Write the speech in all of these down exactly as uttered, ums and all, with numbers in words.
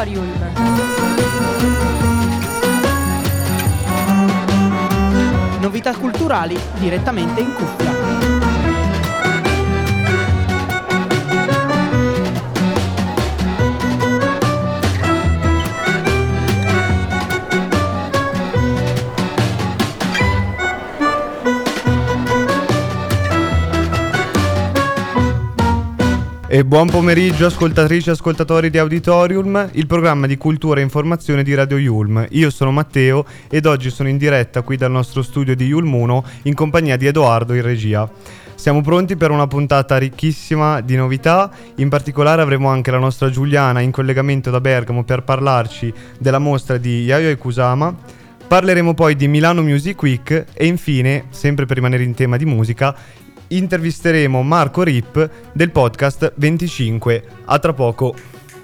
Auditorium. Novità culturali direttamente in cuffia. E buon pomeriggio ascoltatrici e ascoltatori di Auditorium, il programma di cultura e informazione di Radio Yulm. Io sono Matteo ed oggi sono in diretta qui dal nostro studio di Yulm uno in compagnia di Edoardo in regia. Siamo pronti per una puntata ricchissima di novità, in particolare avremo anche la nostra Giuliana in collegamento da Bergamo per parlarci della mostra di Yayoi Kusama. Parleremo poi di Milano Music Week e infine, sempre per rimanere in tema di musica, intervisteremo Marco Rip del podcast venticinque. A tra poco.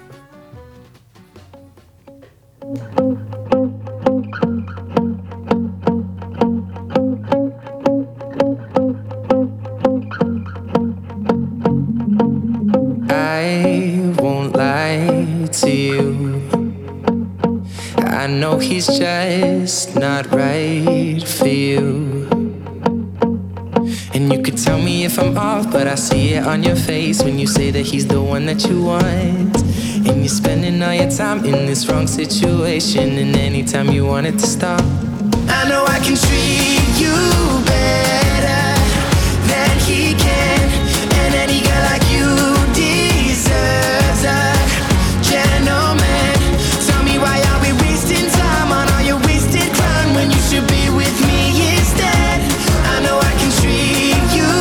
I won't lie to you. I know he's just not right for you. And you could tell me if I'm off, but I see it on your face when you say that he's the one that you want. And you're spending all your time in this wrong situation, and anytime you want it to stop, I know I can treat you better than he can. And any girl like you deserves a gentleman. Tell me, why are we wasting time on all your wasted crown when you should be with me instead? I know I can treat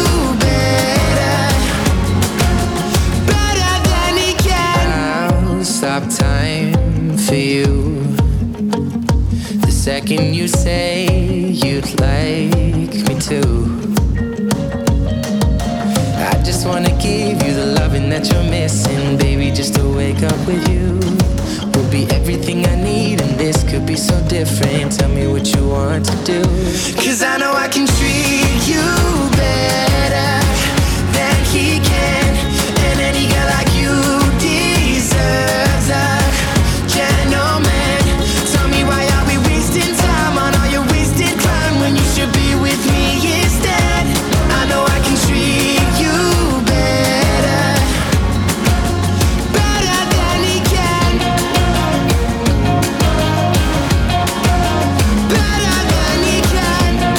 stop time for you the second you say you'd like me to. I just wanna give you the loving that you're missing, baby. Just to wake up with you will be everything I need, and this could be so different. Tell me what you want to do, 'cause I know I can treat you better than he can. And any girl like you deserves a gentleman. Tell me, why are we wasting time on all your wasted crime when you should be with me instead? I know I can treat you better, better than he can, better than he can.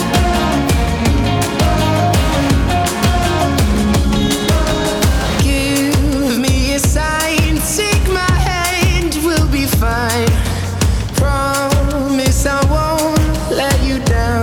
Give me a sign, take my hand, we'll be fine. Promise I won't let you down.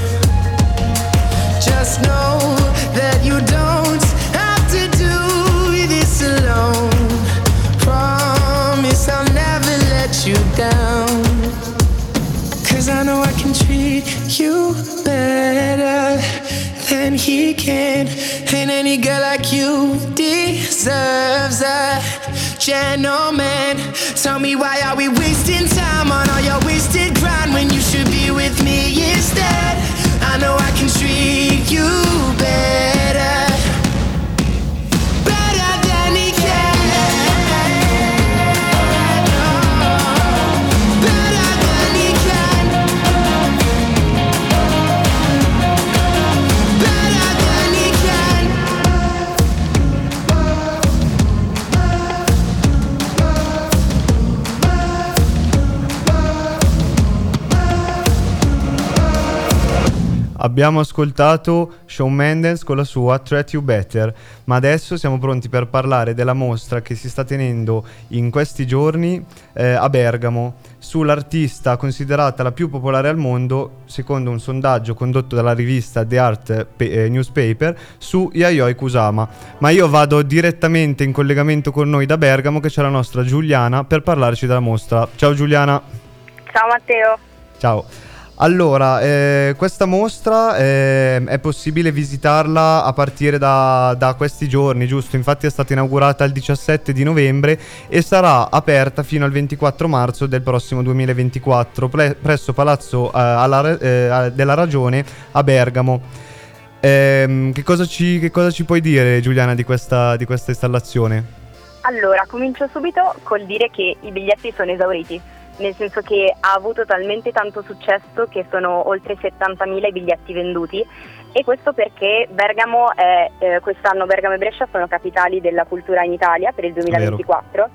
Just know that you don't have to do this alone. Promise I'll never let you down. 'Cause I know I can treat you better than he can. And any girl like you deserves a gentleman. Tell me, why are we wasting time on all your wasted grind when you should be with me instead? I know I can treat you better, better than he can, better than he can, better than he can. Abbiamo ascoltato Shawn Mendes con la sua Treat You Better, ma adesso siamo pronti per parlare della mostra che si sta tenendo in questi giorni eh, a Bergamo sull'artista considerata la più popolare al mondo secondo un sondaggio condotto dalla rivista The Art Pe- Newspaper su Yayoi Kusama. Ma io vado direttamente in collegamento con noi da Bergamo, che c'è la nostra Giuliana per parlarci della mostra. Ciao Giuliana. Ciao Matteo. Ciao. Allora, eh, questa mostra eh, è possibile visitarla a partire da, da questi giorni, giusto? Infatti è stata inaugurata il diciassette di novembre e sarà aperta fino al ventiquattro marzo del prossimo duemilaventiquattro pre- presso Palazzo eh, alla, eh, della Ragione a Bergamo. Eh, che cosa ci, che cosa ci puoi dire, Giuliana, di questa, di questa installazione? Allora, comincio subito col dire che i biglietti sono esauriti, nel senso che ha avuto talmente tanto successo che sono oltre settantamila i biglietti venduti, e questo perché Bergamo è, eh, quest'anno Bergamo e Brescia sono capitali della cultura in Italia per il duemilaventiquattro.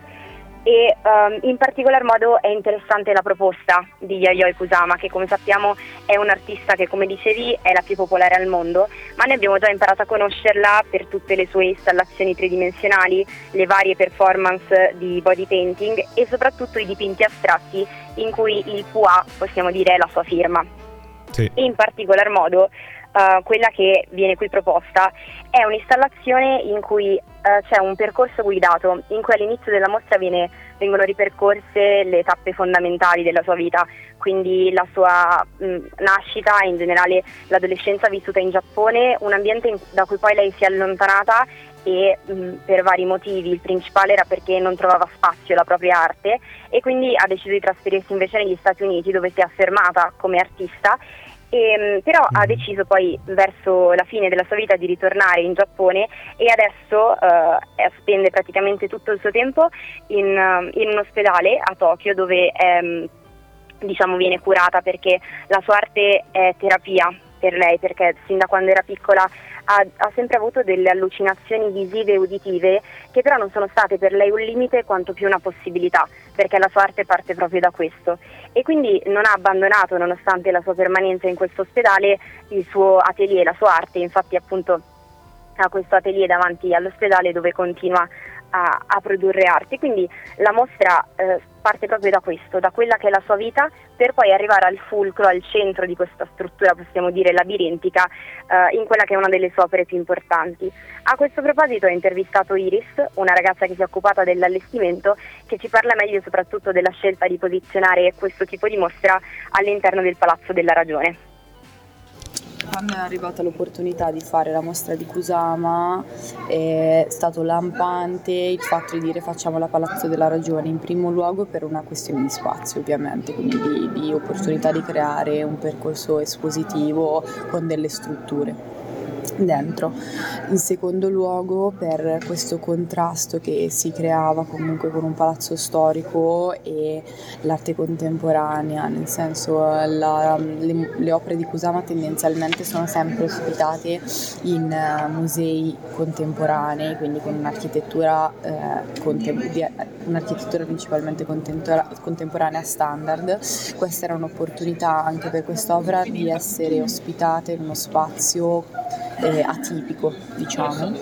E um, in particolar modo è interessante la proposta di Yayoi Kusama, che come sappiamo è un artista che, come dicevi, è la più popolare al mondo, ma noi abbiamo già imparato a conoscerla per tutte le sue installazioni tridimensionali, le varie performance di body painting e soprattutto i dipinti astratti in cui il Pua, possiamo dire, è la sua firma. Sì. E in particolar modo uh, quella che viene qui proposta è un'installazione in cui Uh, c'è un percorso guidato in cui all'inizio della mostra viene, vengono ripercorse le tappe fondamentali della sua vita, quindi la sua mh, nascita e in generale l'adolescenza vissuta in Giappone, un ambiente in, da cui poi lei si è allontanata e mh, per vari motivi. Il principale era perché non trovava spazio la propria arte e quindi ha deciso di trasferirsi invece negli Stati Uniti, dove si è affermata come artista. E, però ha deciso poi verso la fine della sua vita di ritornare in Giappone e adesso eh, spende praticamente tutto il suo tempo in, in un ospedale a Tokyo, dove ehm, diciamo viene curata, perché la sua arte è terapia per lei, perché sin da quando era piccola ha, ha sempre avuto delle allucinazioni visive e uditive che però non sono state per lei un limite quanto più una possibilità, perché la sua arte parte proprio da questo, e quindi non ha abbandonato, nonostante la sua permanenza in questo ospedale, il suo atelier, la sua arte. Infatti appunto ha questo atelier davanti all'ospedale dove continua a, a produrre arte. Quindi la mostra eh, parte proprio da questo, da quella che è la sua vita, per poi arrivare al fulcro, al centro di questa struttura, possiamo dire labirintica, eh, in quella che è una delle sue opere più importanti. A questo proposito ho intervistato Iris, una ragazza che si è occupata dell'allestimento, che ci parla meglio soprattutto della scelta di posizionare questo tipo di mostra all'interno del Palazzo della Ragione. Quando è arrivata l'opportunità di fare la mostra di Kusama è stato lampante il fatto di dire facciamola a Palazzo della Ragione, in primo luogo per una questione di spazio, ovviamente, quindi di, di opportunità di creare un percorso espositivo con delle strutture dentro. In secondo luogo per questo contrasto che si creava comunque con un palazzo storico e l'arte contemporanea, nel senso la, le, le opere di Kusama tendenzialmente sono sempre ospitate in uh, musei contemporanei, quindi con un'architettura, uh, contem- di, un'architettura principalmente contempora- contemporanea standard. Questa era un'opportunità anche per quest'opera di essere ospitata in uno spazio Eh, atipico, diciamo,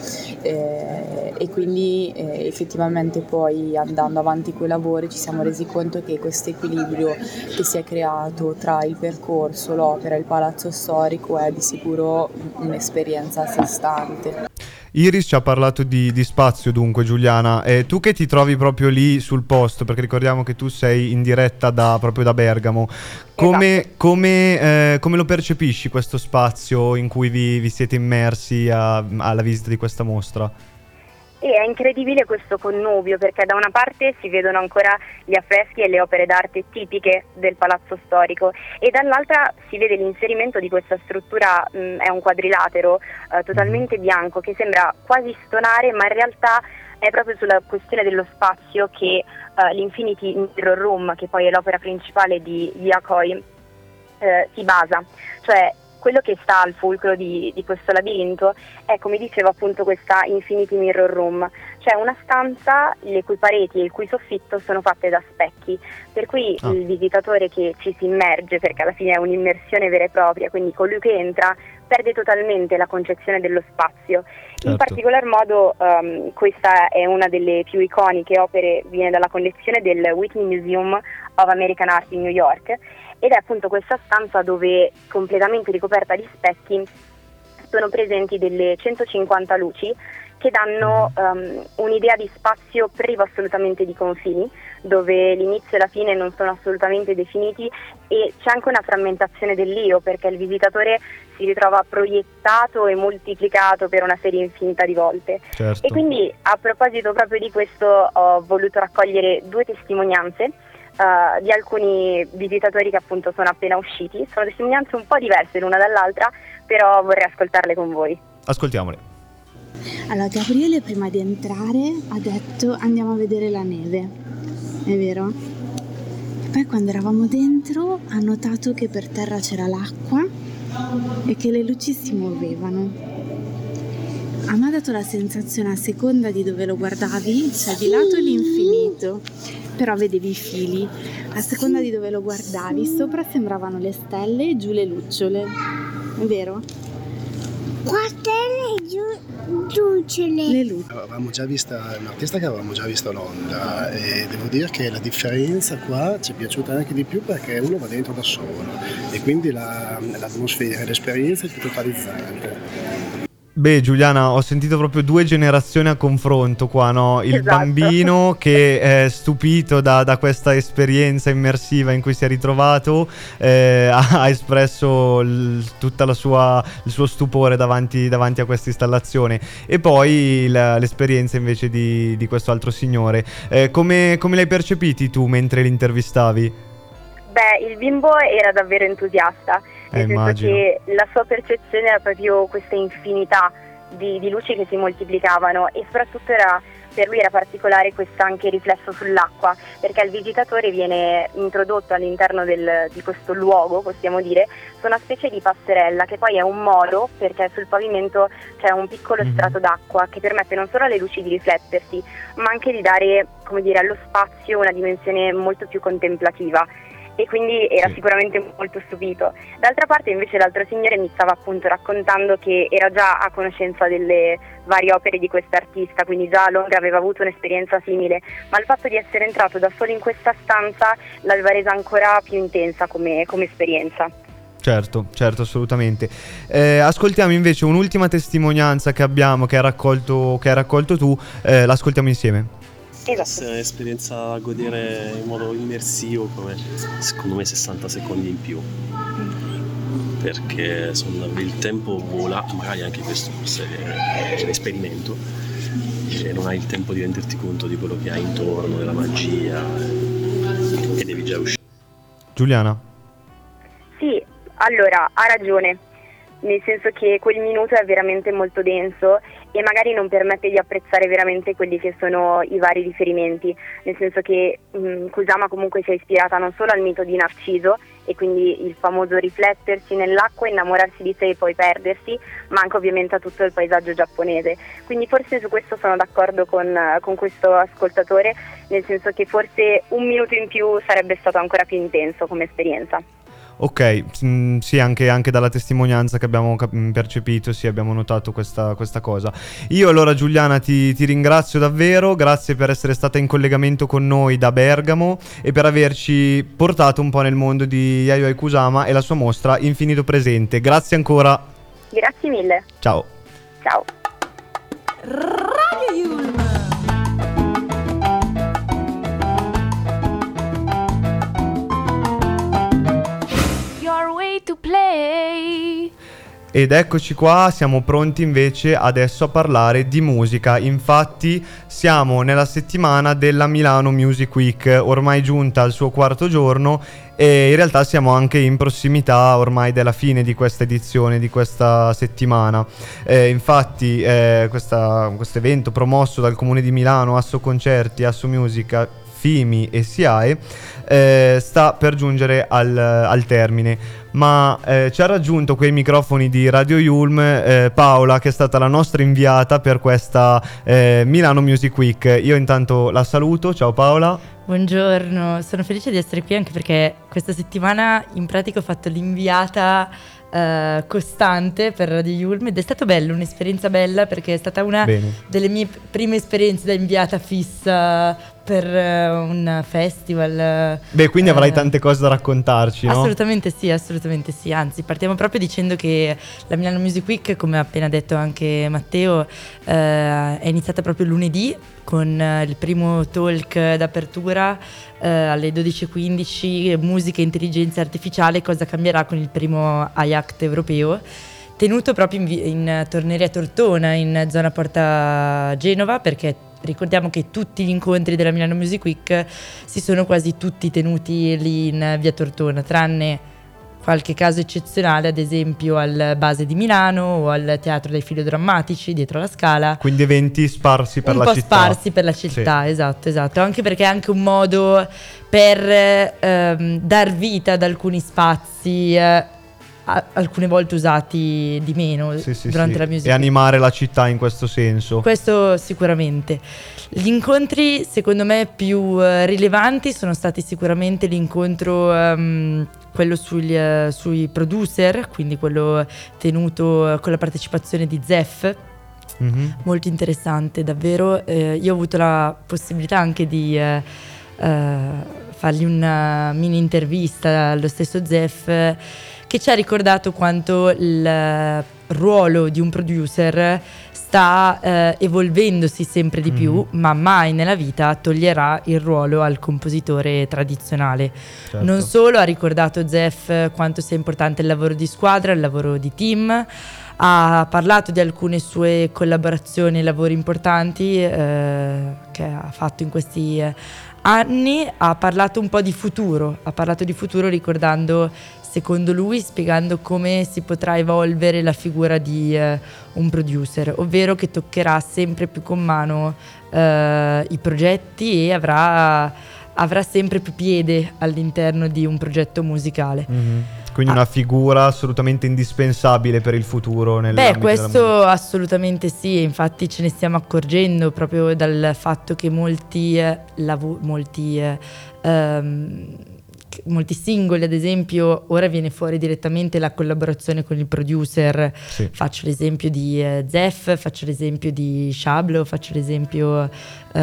eh, e quindi eh, effettivamente poi andando avanti coi lavori ci siamo resi conto che questo equilibrio che si è creato tra il percorso, l'opera e il palazzo storico è di sicuro un'esperienza a sé stante. Iris ci ha parlato di, di spazio, dunque Giuliana, eh, tu che ti trovi proprio lì sul posto, perché ricordiamo che tu sei in diretta da, proprio da Bergamo, come, Esatto. come, eh, come lo percepisci questo spazio in cui vi, vi siete immersi a, alla visita di questa mostra? E è incredibile questo connubio, perché da una parte si vedono ancora gli affreschi e le opere d'arte tipiche del palazzo storico e dall'altra si vede l'inserimento di questa struttura, mh, è un quadrilatero eh, totalmente bianco che sembra quasi stonare, ma in realtà è proprio sulla questione dello spazio che eh, l'Infinity Mirror Room, che poi è l'opera principale di Yayoi, eh, si basa. Cioè quello che sta al fulcro di, di questo labirinto è, come dicevo appunto, questa Infinity Mirror Room, cioè una stanza le cui pareti e il cui soffitto sono fatte da specchi, per cui ah. il visitatore che ci si immerge, perché alla fine è un'immersione vera e propria, quindi colui che entra perde totalmente la concezione dello spazio. Certo. In particolar modo um, questa è una delle più iconiche opere, viene dalla collezione del Whitney Museum of American Art in New York, ed è appunto questa stanza dove, completamente ricoperta di specchi, sono presenti delle centocinquanta luci che danno um, un'idea di spazio privo assolutamente di confini, dove l'inizio e la fine non sono assolutamente definiti, e c'è anche una frammentazione dell'io, perché il visitatore si ritrova proiettato e moltiplicato per una serie infinita di volte. Certo. E quindi, a proposito proprio di questo, ho voluto raccogliere due testimonianze Uh, di alcuni visitatori che appunto sono appena usciti. Sono testimonianze un po' diverse l'una dall'altra, però vorrei ascoltarle con voi. Ascoltiamole. Allora, Gabriele prima di entrare ha detto andiamo a vedere la neve, è vero? E poi quando eravamo dentro ha notato che per terra c'era l'acqua e che le luci si muovevano. A me ha dato la sensazione, a seconda di dove lo guardavi, cioè di lato l'infinito, però vedevi i fili, a seconda di dove lo guardavi, sopra sembravano le stelle e giù le lucciole, è vero? Qua stelle e giù lucciole. Le lucciole. Avevamo già vista un artista che avevamo già visto a Londra e devo dire che la differenza qua ci è piaciuta anche di più perché uno va dentro da solo e quindi la, l'atmosfera e l'esperienza è più totalizzante. Beh, Giuliana, ho sentito proprio due generazioni a confronto qua, no? Il Esatto. bambino che è stupito da, da questa esperienza immersiva in cui si è ritrovato, eh, ha, ha espresso il, tutta la sua, il suo stupore davanti, davanti a questa installazione, e poi la, l'esperienza invece di, di questo altro signore. Eh, come, come l'hai percepiti tu mentre l'intervistavi? Beh, il bimbo era davvero entusiasta, nel Eh, senso immagino. che la sua percezione era proprio questa infinità di, di luci che si moltiplicavano, e soprattutto era, per lui era particolare questo anche riflesso sull'acqua, perché il visitatore viene introdotto all'interno del, di questo luogo, possiamo dire, su una specie di passerella che poi è un modo, perché sul pavimento c'è un piccolo Mhm. strato d'acqua che permette non solo alle luci di riflettersi, ma anche di dare, come dire, allo spazio una dimensione molto più contemplativa. E quindi era Sì. sicuramente molto stupito. D'altra parte invece l'altro signore mi stava appunto raccontando che era già a conoscenza delle varie opere di quest'artista, quindi già a Londra aveva avuto un'esperienza simile, ma il fatto di essere entrato da solo in questa stanza l'aveva resa ancora più intensa come, come esperienza. Certo, certo, assolutamente. Eh, ascoltiamo invece un'ultima testimonianza che abbiamo, che hai raccolto, che hai raccolto tu, eh, l'ascoltiamo insieme. Esatto. È un'esperienza da godere in modo immersivo, come secondo me sessanta secondi in più, perché sono, il tempo vola, magari anche questo forse è un esperimento, e non hai il tempo di renderti conto di quello che hai intorno, della magia, e devi già uscire. Giuliana? Sì, allora ha ragione, nel senso che quel minuto è veramente molto denso e magari non permette di apprezzare veramente quelli che sono i vari riferimenti, nel senso che mh, Kusama comunque si è ispirata non solo al mito di Narciso, e quindi il famoso riflettersi nell'acqua, innamorarsi di sé e poi perdersi, ma anche ovviamente a tutto il paesaggio giapponese. Quindi forse su questo sono d'accordo con, con questo ascoltatore, nel senso che forse un minuto in più sarebbe stato ancora più intenso come esperienza. Ok, mm, sì, anche, anche dalla testimonianza che abbiamo cap- mm, percepito, sì, abbiamo notato questa, questa cosa. Io allora, Giuliana, ti, ti ringrazio davvero, grazie per essere stata in collegamento con noi da Bergamo e per averci portato un po' nel mondo di Yayoi Kusama e la sua mostra Infinito Presente. Grazie ancora, Grazie mille, ciao. ciao. Your way to play. Ed eccoci qua, siamo pronti invece adesso a parlare di musica. Infatti siamo nella settimana della Milano Music Week, ormai giunta al suo quarto giorno, e in realtà siamo anche in prossimità ormai della fine di questa edizione, di questa settimana. Eh, infatti eh, questo evento promosso dal Comune di Milano, Asso Concerti, Asso Musica, Fimi e SIAE, eh, sta per giungere al, al termine, ma eh, ci ha raggiunto quei microfoni di Radio Yulm eh, Paola, che è stata la nostra inviata per questa eh, Milano Music Week. Io intanto la saluto, ciao Paola. Buongiorno, sono felice di essere qui anche perché questa settimana in pratica ho fatto l'inviata Uh, costante per Radio Yulm ed è stato bello, un'esperienza bella, perché è stata una Bene. delle mie p- prime esperienze da inviata fissa per uh, un festival. Beh, quindi avrai uh, tante cose da raccontarci, no? Assolutamente sì, assolutamente sì, anzi partiamo proprio dicendo che la Milano Music Week, come ha appena detto anche Matteo, uh, è iniziata proprio lunedì con uh, il primo talk d'apertura uh, alle dodici e quindici, musica e intelligenza artificiale, cosa cambierà, con il primo I A C T europeo, tenuto proprio in, vi- in Torneria Tortona, in zona Porta Genova, perché ricordiamo che tutti gli incontri della Milano Music Week si sono quasi tutti tenuti lì in via Tortona, tranne qualche caso eccezionale, ad esempio al Base di Milano o al Teatro dei Filodrammatici dietro la Scala. Quindi eventi sparsi per un la po' città. sparsi per la città, sì. esatto, esatto. Anche perché è anche un modo per ehm, dar vita ad alcuni spazi eh, a- alcune volte usati di meno Sì, sì, durante sì. la music E animare la città in questo senso. Questo sicuramente. Gli incontri secondo me più eh, rilevanti sono stati sicuramente l'incontro ehm, quello sugli, eh, sui producer, quindi quello tenuto eh, con la partecipazione di Zef. Mhm. Molto interessante davvero. Eh, io ho avuto la possibilità anche di eh, eh, fargli una mini intervista allo stesso Zef, eh, che ci ha ricordato quanto il eh, ruolo di un producer sta eh, evolvendosi sempre di più, Mhm. ma mai nella vita toglierà il ruolo al compositore tradizionale. Certo. Non solo ha ricordato Zef quanto sia importante il lavoro di squadra, il lavoro di team, ha parlato di alcune sue collaborazioni e lavori importanti eh, che ha fatto in questi eh, anni, ha parlato un po' di futuro, ha parlato di futuro ricordando, secondo lui, spiegando come si potrà evolvere la figura di eh, un producer, ovvero che toccherà sempre più con mano eh, i progetti e avrà, avrà sempre più piede all'interno di un progetto musicale. Mhm. Quindi Ah. una figura assolutamente indispensabile per il futuro Beh, nell'ambito della questo musica. assolutamente sì, infatti ce ne stiamo accorgendo proprio dal fatto che molti, eh, lavu- molti, eh, ehm, che- molti singoli, ad esempio, ora viene fuori direttamente la collaborazione con il producer. Sì. Faccio l'esempio di eh, Zef, faccio l'esempio di Shablo, faccio l'esempio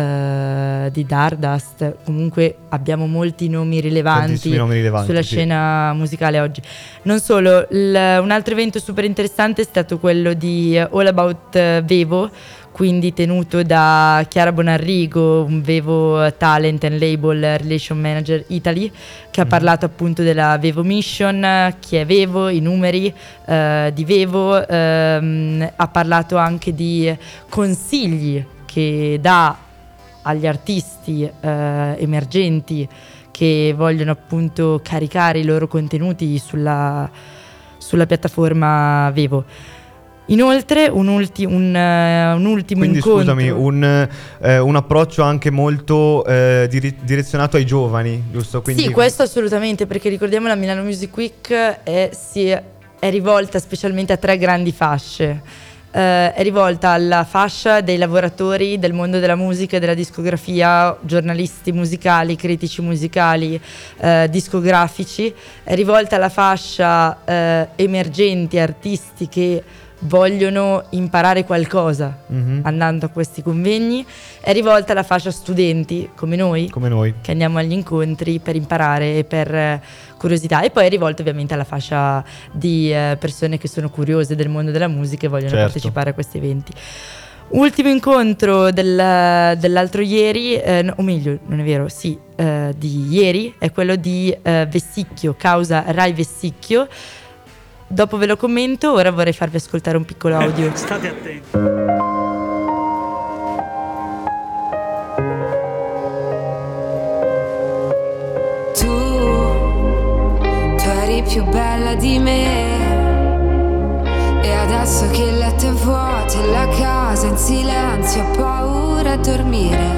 eh, di Dardust. Comunque abbiamo molti nomi rilevanti, Tantissimi nomi rilevanti, sulla sì. scena musicale oggi. Non solo, il- un altro evento super interessante è stato quello di eh, All About eh, Vevo, quindi tenuto da Chiara Bonarrigo, un Vevo Talent and Label Relation Manager Italy, che ha Mhm. parlato appunto della Vevo Mission, chi è Vevo, i numeri eh, di Vevo, ehm, ha parlato anche di consigli che dà agli artisti eh, emergenti che vogliono appunto caricare i loro contenuti sulla, sulla piattaforma Vevo. Inoltre un, ulti- un, eh, un ultimo Quindi incontro. scusami, un, eh, un approccio anche molto eh, diri- direzionato ai giovani, giusto? Quindi Sì, questo assolutamente, perché ricordiamo la Milano Music Week è, si è, è rivolta specialmente a tre grandi fasce. Eh, è rivolta alla fascia dei lavoratori del mondo della musica e della discografia, giornalisti musicali, critici musicali, eh, discografici. È rivolta alla fascia eh, emergenti, artisti che vogliono imparare qualcosa Mhm. andando a questi convegni. È rivolta alla fascia studenti come noi, come noi. che andiamo agli incontri per imparare e per eh, curiosità, e poi è rivolta ovviamente alla fascia di eh, persone che sono curiose del mondo della musica e vogliono Certo. partecipare a questi eventi. Ultimo incontro del- dell'altro ieri, eh, no, o meglio, non è vero, sì, eh, di ieri, è quello di eh, Vessicchio, causa Rai Vessicchio. Dopo ve lo commento, ora vorrei farvi ascoltare un piccolo audio. State attenti. Tu, tu eri più bella di me. E adesso che il letto è vuoto e la casa in silenzio, ho paura a dormire.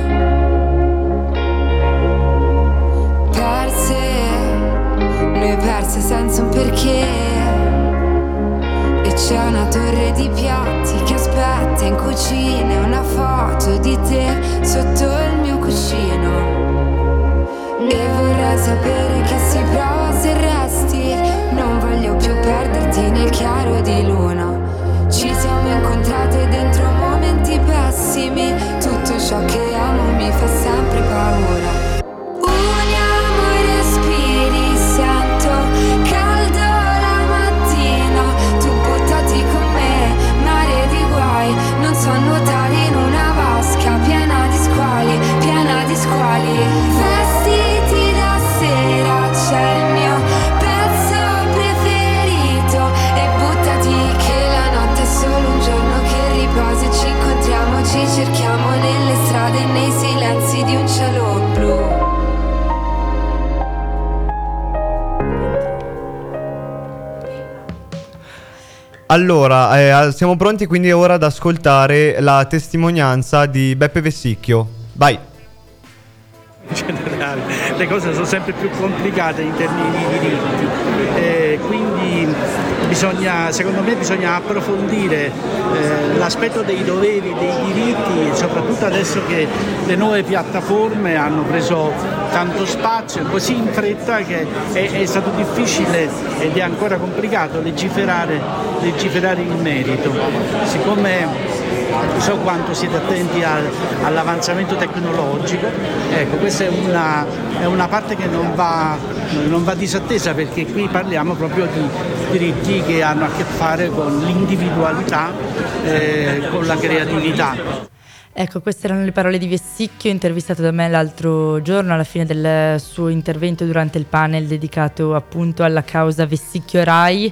Perse, noi perse senza un perché. E c'è una torre di piatti che aspetta in cucina e una foto di te sotto il mio cuscino. E vorrei sapere che si prova se resti. Non voglio più perderti nel chiaro di luna. Ci siamo incontrate dentro momenti pessimi. Tutto ciò che amo mi fa sempre paura. Uniamo i respiri, sento caldo la mattina. Tu buttati con me, mare di guai, non so nuotare. Allora, eh, siamo pronti quindi ora ad ascoltare la testimonianza di Beppe Vessicchio. Vai. In generale le cose sono sempre più complicate in termini di diritti, eh, quindi bisogna, secondo me bisogna approfondire eh, l'aspetto dei doveri e dei diritti, soprattutto adesso che le nuove piattaforme hanno preso tanto spazio e così in fretta che è, è stato difficile ed è ancora complicato legiferare, legiferare in merito. Siccome so quanto siete attenti al, all'avanzamento tecnologico, ecco, questa è una, è una parte che non va, non va disattesa, perché qui parliamo proprio di diritti che hanno a che fare con l'individualità, eh, con la creatività. Ecco, queste erano le parole di Vessicchio, intervistato da me l'altro giorno alla fine del suo intervento durante il panel dedicato appunto alla causa Vessicchio Rai.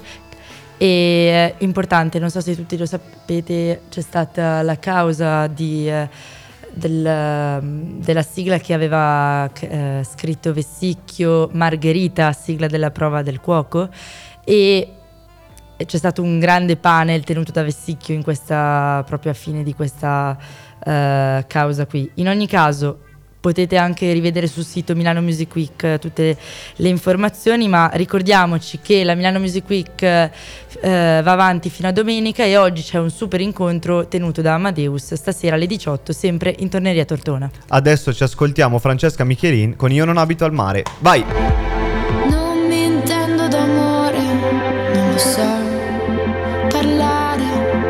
E importante, non so se tutti lo sapete, c'è stata la causa di, eh, del, della sigla che aveva eh, scritto Vessicchio, Margherita, sigla della prova del cuoco, e c'è stato un grande panel tenuto da Vessicchio in questa, proprio a fine di questa eh, causa qui. In ogni caso potete anche rivedere sul sito Milano Music Week tutte le informazioni, ma ricordiamoci che la Milano Music Week eh, va avanti fino a domenica e oggi c'è un super incontro tenuto da Amadeus stasera alle diciotto, sempre in Torneria Tortona. Adesso ci ascoltiamo Francesca Michelin con Io non abito al mare. Vai! Non mi intendo d'amore, non lo so parlare,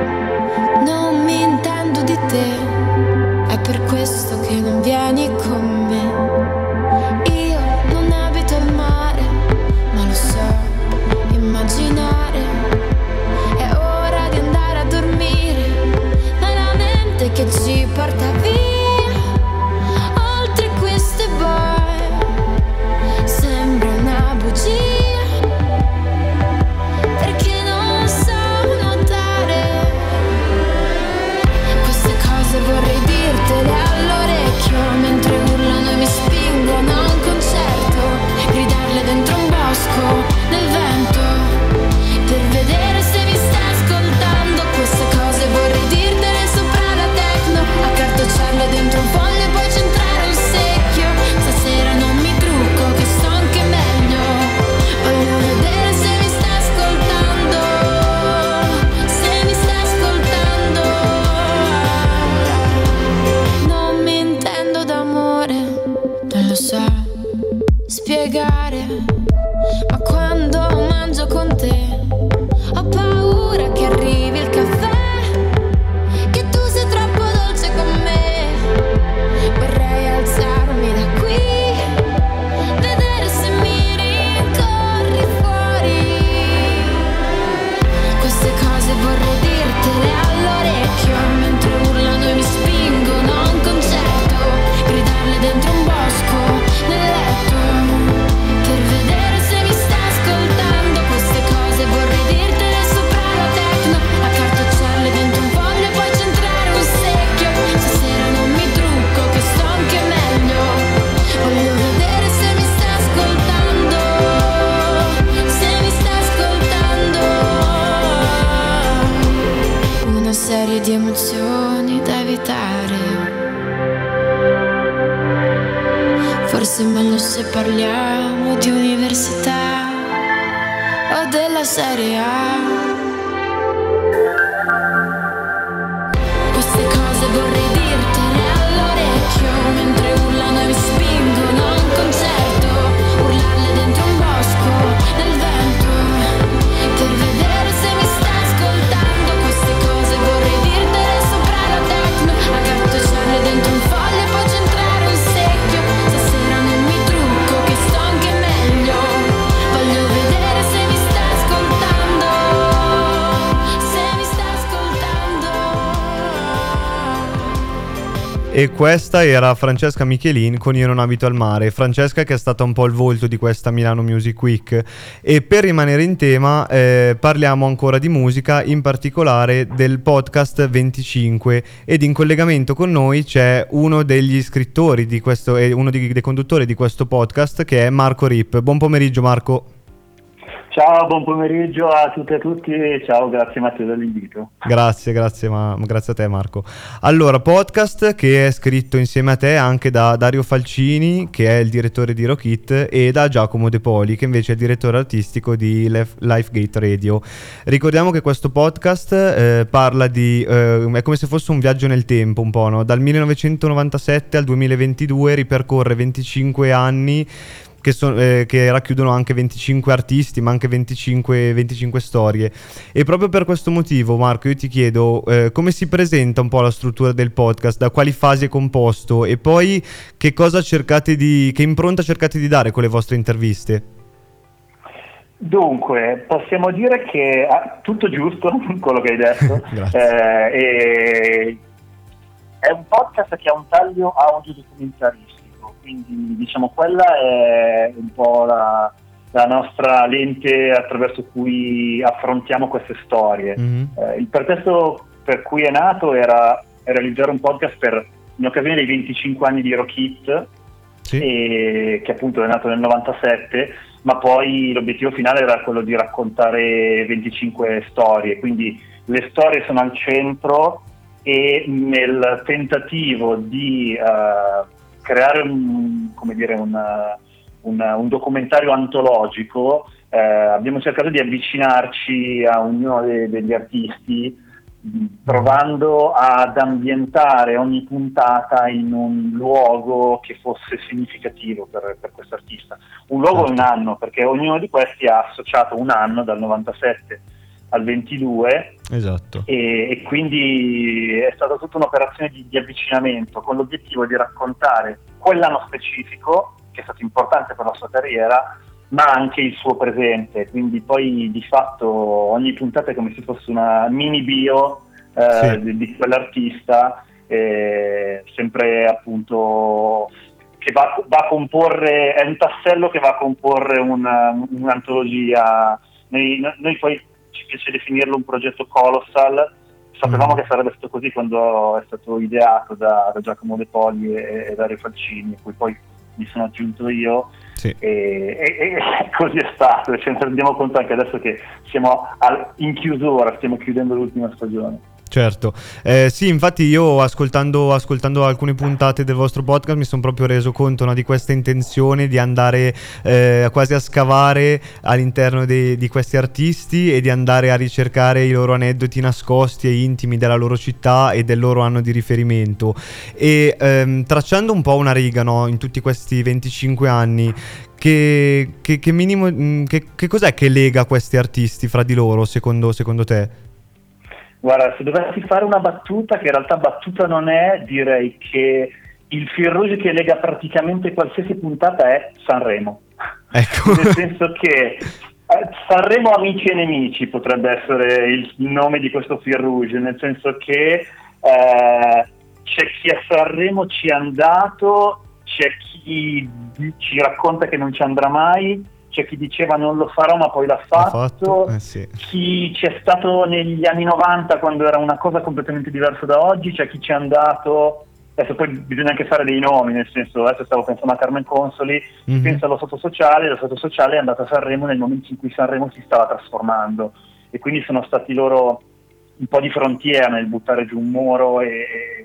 non mi intendo di te. È per questo che non vieni con me. Io non abito al mare, ma lo so immaginare. È ora di andare a dormire, ma la mente che ci porta via oltre queste boe sembra una bugia, perché non so nuotare. Queste cose vorrei dirtele all'orecchio mentre urlano e mi spingono a un concerto, gridarle dentro un bosco nel vento per vedere se mi stai ascoltando. Queste cose vorrei dirtele sopra la techno, accartocciarle dentro un foglio e poi centrare il secchio. Stasera non mi trucco che sto anche meglio, voglio vedere se mi stai ascoltando, se mi stai ascoltando. Non mi intendo d'amore, non lo so spiegare, ma quando mangio con te ho paura che arrivi il caffè, che tu sei troppo dolce con me. Vorrei alzarmi da qui, vedere se mi rincorri fuori. Queste cose vorrei dirtele all'orecchio mentre urlano e mi spingono a un concerto, gridarle dentro un bosco nel letto per vedere se mi stai ascoltando. Queste cose vorrei dirtele sopra la techno, accartocciarle dentro un foglio e poi centrare un secchio. Stasera non mi trucco che sto anche meglio, voglio vedere se mi stai ascoltando, se mi stai ascoltando. Una serie di emozioni da evitare, forse è meglio se parliamo di università o della Serie A. Queste cose vorrei dirtele all'orecchio mentre urlano e mi spingono a un concerto, urlarle dentro un bosco nel vento per vedere se mi stai ascoltando. Queste cose vorrei dirtele sopra la techno, accartocciarle dentro un foglio e poi centrare un secchio. Stasera non mi trucco che sto anche meglio, voglio vedere se mi stai ascoltando, se mi stai ascoltando. E questa era Francesca Michelin con Io non abito al mare. Francesca che è stata un po' il volto di questa Milano Music Week. E per rimanere in tema eh, parliamo ancora di musica, in particolare del podcast venticinque, ed in collegamento con noi c'è uno degli scrittori di questo e uno dei, dei conduttori di questo podcast, che è Marco Rip. Buon pomeriggio Marco. Ciao, buon pomeriggio a tutte e a tutti, ciao, grazie Matteo dell'invito. Grazie, grazie, ma grazie a te Marco. Allora, podcast che è scritto insieme a te anche da Dario Falcini, che è il direttore di Rock It, e da Giacomo De Poli, che invece è il direttore artistico di Lef- Lifegate Radio. Ricordiamo che questo podcast eh, parla di, eh, è come se fosse un viaggio nel tempo un po', no? Dal millenovecentonovantasette al duemilaventidue ripercorre venticinque anni Che, so, eh, che racchiudono anche venticinque artisti, ma anche venticinque, venticinque storie. E proprio per questo motivo, Marco, io ti chiedo eh, come si presenta un po' la struttura del podcast, da quali fasi è composto, e poi che cosa cercate di, che impronta cercate di dare con le vostre interviste? Dunque, possiamo dire che ah, tutto giusto quello che hai detto. eh, e è un podcast che ha un taglio audio-documentario. Quindi diciamo quella è un po' la, la nostra lente attraverso cui affrontiamo queste storie. Mm-hmm. Eh, il pretesto per cui è nato era realizzare un podcast per, in occasione dei venticinque anni di Rock It, sì. e, che appunto è nato nel novantasette, ma poi l'obiettivo finale era quello di raccontare venticinque storie, quindi le storie sono al centro, e nel tentativo di uh, creare un, come dire, una, una, un documentario antologico, eh, abbiamo cercato di avvicinarci a ognuno de, degli artisti, provando ad ambientare ogni puntata in un luogo che fosse significativo per, per questo artista. Un luogo e un anno, perché ognuno di questi ha associato un anno, dal novantasette al ventidue, esatto. e, e quindi è stata tutta un'operazione di, di avvicinamento con l'obiettivo di raccontare quell'anno specifico che è stato importante per la sua carriera, ma anche il suo presente, quindi poi di fatto ogni puntata è come se fosse una mini bio eh, sì. di, di quell'artista, eh, sempre appunto che va, va a comporre, è un tassello che va a comporre una, un'antologia. Noi, noi poi ci piace definirlo un progetto colossal, sapevamo mm. che sarebbe stato così quando è stato ideato da, da Giacomo De Poli e, e Dario Falcini, e cui poi mi sono aggiunto io, sì. e, e, e così è stato, e ci rendiamo conto anche adesso che siamo al, in chiusura, stiamo chiudendo l'ultima stagione. Certo, eh, sì, infatti io ascoltando, ascoltando alcune puntate del vostro podcast mi sono proprio reso conto, no, di questa intenzione di andare eh, quasi a scavare all'interno de- di questi artisti e di andare a ricercare i loro aneddoti nascosti e intimi della loro città e del loro anno di riferimento, e ehm, tracciando un po' una riga, no, in tutti questi venticinque anni, che, che, che minimo che, che cos'è che lega questi artisti fra di loro secondo, secondo te? Guarda, se dovessi fare una battuta, che in realtà battuta non è, direi che il fil rouge che lega praticamente qualsiasi puntata è Sanremo. Ecco. Nel senso che eh, Sanremo amici e nemici potrebbe essere il nome di questo fil rouge, nel senso che eh, c'è chi a Sanremo ci è andato, c'è chi ci racconta che non ci andrà mai, c'è chi diceva non lo farò ma poi l'ha fatto, fatto eh sì. Chi c'è stato negli anni novanta quando era una cosa completamente diversa da oggi, c'è chi c'è andato, adesso poi bisogna anche fare dei nomi, nel senso, adesso stavo pensando a Carmen Consoli, mm-hmm. pensa allo Stato Sociale, lo Stato Sociale è andato a Sanremo nel momento in cui Sanremo si stava trasformando, e quindi sono stati loro un po' di frontiera nel buttare giù un muro e,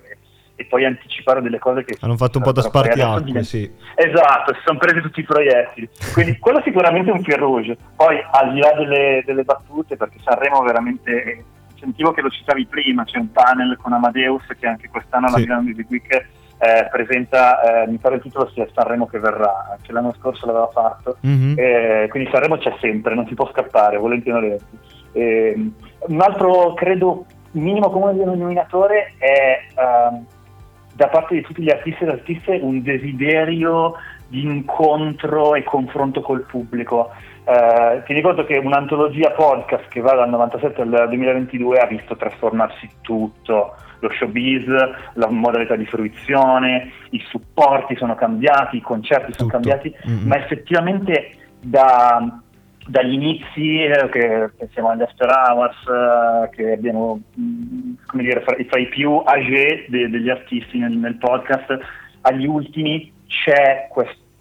e poi anticipare delle cose che hanno fatto un po' da spartiacque, sì. Esatto, si sono presi tutti i proiettili, quindi quello sicuramente è un fil rouge. Poi al di là delle, delle battute, perché Sanremo veramente, sentivo che lo citavi prima, c'è un panel con Amadeus che anche quest'anno alla sì. Milano Music Week eh, presenta, eh, mi pare il titolo sia Sanremo che verrà, anche l'anno scorso l'aveva fatto, mm-hmm. eh, quindi Sanremo c'è sempre, non si può scappare, volenti o nolenti. Eh, un altro, credo, minimo comune denominatore è uh, da parte di tutti gli artisti e le artiste un desiderio di incontro e confronto col pubblico. Uh, tieni conto che un'antologia podcast che va dal novantasette al duemilaventidue ha visto trasformarsi tutto, lo showbiz, la modalità di fruizione, i supporti sono cambiati, i concerti sono tutto. cambiati, mm-hmm. ma effettivamente da... dagli inizi, eh, che pensiamo agli after hours, eh, che abbiamo mh, come dire fra, fra i più âgés de, degli artisti nel, nel podcast, agli ultimi c'è quest,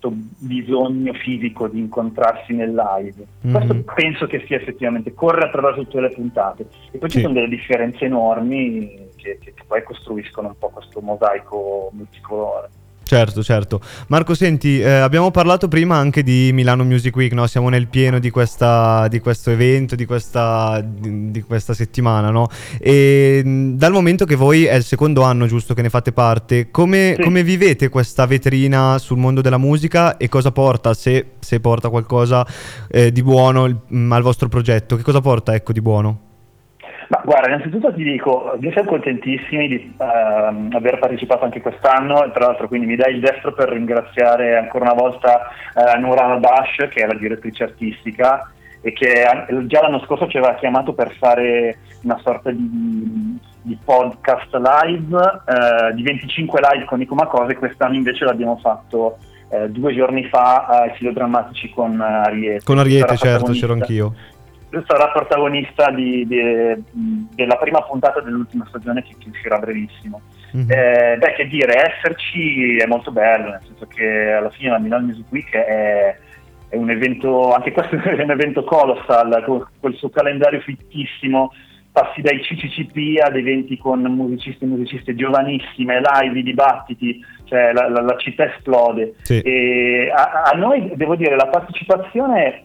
questo bisogno fisico di incontrarsi nel live. Mm-hmm. Questo penso che sia effettivamente, corre attraverso tutte le puntate. E poi Sì. ci sono delle differenze enormi che, che, che poi costruiscono un po' questo mosaico multicolore. Certo, certo. Marco, senti, eh, abbiamo parlato prima anche di Milano Music Week, no? Siamo nel pieno di questa di questo evento, di questa di, di questa settimana, no? E mh, dal momento che voi è il secondo anno, giusto, che ne fate parte, come, Sì. come vivete questa vetrina sul mondo della musica e cosa porta, se, se porta qualcosa eh, di buono il- mh, al vostro progetto? Che cosa porta, ecco, di buono? Ma guarda, innanzitutto ti dico, noi siamo contentissimi di ehm, aver partecipato anche quest'anno e tra l'altro quindi mi dai il destro per ringraziare ancora una volta eh, Noura Al-Bash, che è la direttrice artistica e che an- già l'anno scorso ci aveva chiamato per fare una sorta di, di podcast live, eh, di venticinque live con Nico Macose. Quest'anno invece l'abbiamo fatto eh, due giorni fa ai Filodrammatici con eh, Ariete. Con Ariete, Sarà certo, c'ero protagonista. anch'io. Sarà protagonista di, di, della prima puntata dell'ultima stagione che, che uscirà brevissimo. Mhm. Eh, beh, che dire, esserci è molto bello, nel senso che alla fine la Milano Music Week è, è un evento, anche questo è un evento colossal, con quel suo calendario fittissimo, passi dai C C C P ad eventi con musicisti e musiciste giovanissime, live, i dibattiti, cioè la, la, la città esplode. Sì. E a, a noi, devo dire, la partecipazione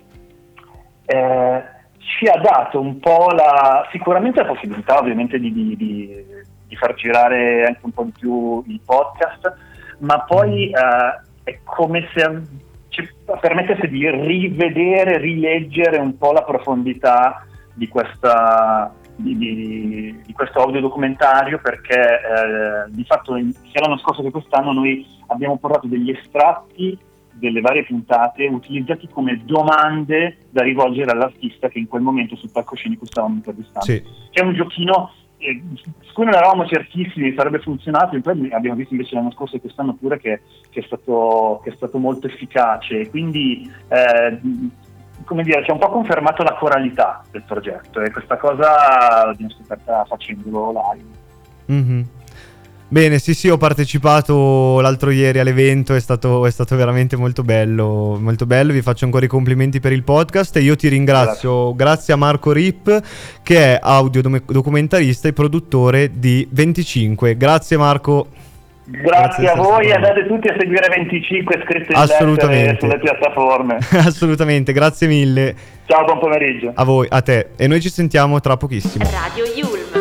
eh, ci ha dato un po' la, sicuramente la possibilità ovviamente di, di, di, di far girare anche un po' di più il podcast, ma poi eh, è come se ci permettesse di rivedere, rileggere un po' la profondità di questa di, di, di questo audiodocumentario, perché eh, di fatto sia l'anno scorso che quest'anno noi abbiamo portato degli estratti delle varie puntate utilizzati come domande da rivolgere all'artista che in quel momento sul palcoscenico stavamo intervistando. Sì. C'è un giochino eh, su cui non eravamo certissimi sarebbe funzionato, e poi abbiamo visto invece l'anno scorso e quest'anno pure che, che, è stato, che è stato molto efficace, quindi eh, come dire, ci ha un po' confermato la coralità del progetto e questa cosa l'abbiamo scoperta facendolo live. Mhm. Bene, sì sì, ho partecipato l'altro ieri all'evento, è stato, è stato veramente molto bello, molto bello, vi faccio ancora i complimenti per il podcast e io ti ringrazio, grazie, grazie a Marco Rip che è audiodocumentarista e produttore di venticinque, grazie Marco. Grazie, Grazie a voi, stato. andate tutti a seguire venticinque scritto in Assolutamente. lettere sulle piattaforme. Assolutamente, grazie mille. Ciao, buon pomeriggio. A voi, a te, e noi ci sentiamo tra pochissimo. Radio Yulm.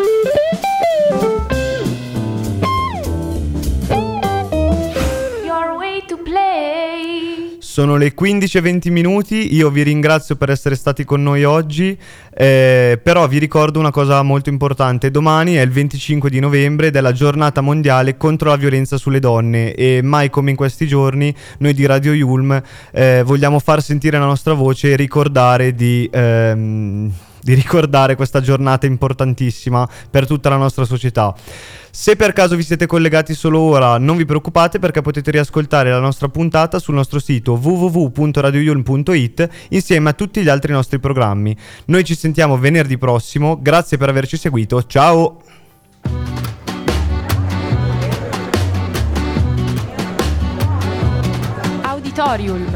Your way to play. Sono le quindici e venti minuti, io vi ringrazio per essere stati con noi oggi, eh, però vi ricordo una cosa molto importante: domani è il venticinque di novembre ed è la giornata mondiale contro la violenza sulle donne e mai come in questi giorni noi di Radio Yulm eh, vogliamo far sentire la nostra voce e ricordare di... Ehm, di ricordare questa giornata importantissima per tutta la nostra società. Se per caso vi siete collegati solo ora, non vi preoccupate perché potete riascoltare la nostra puntata sul nostro sito w w w punto radio yulm punto i t insieme a tutti gli altri nostri programmi. Noi ci sentiamo venerdì prossimo, grazie per averci seguito, ciao! Auditorium.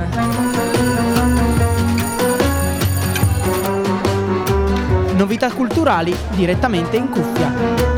Novità culturali direttamente in cuffia.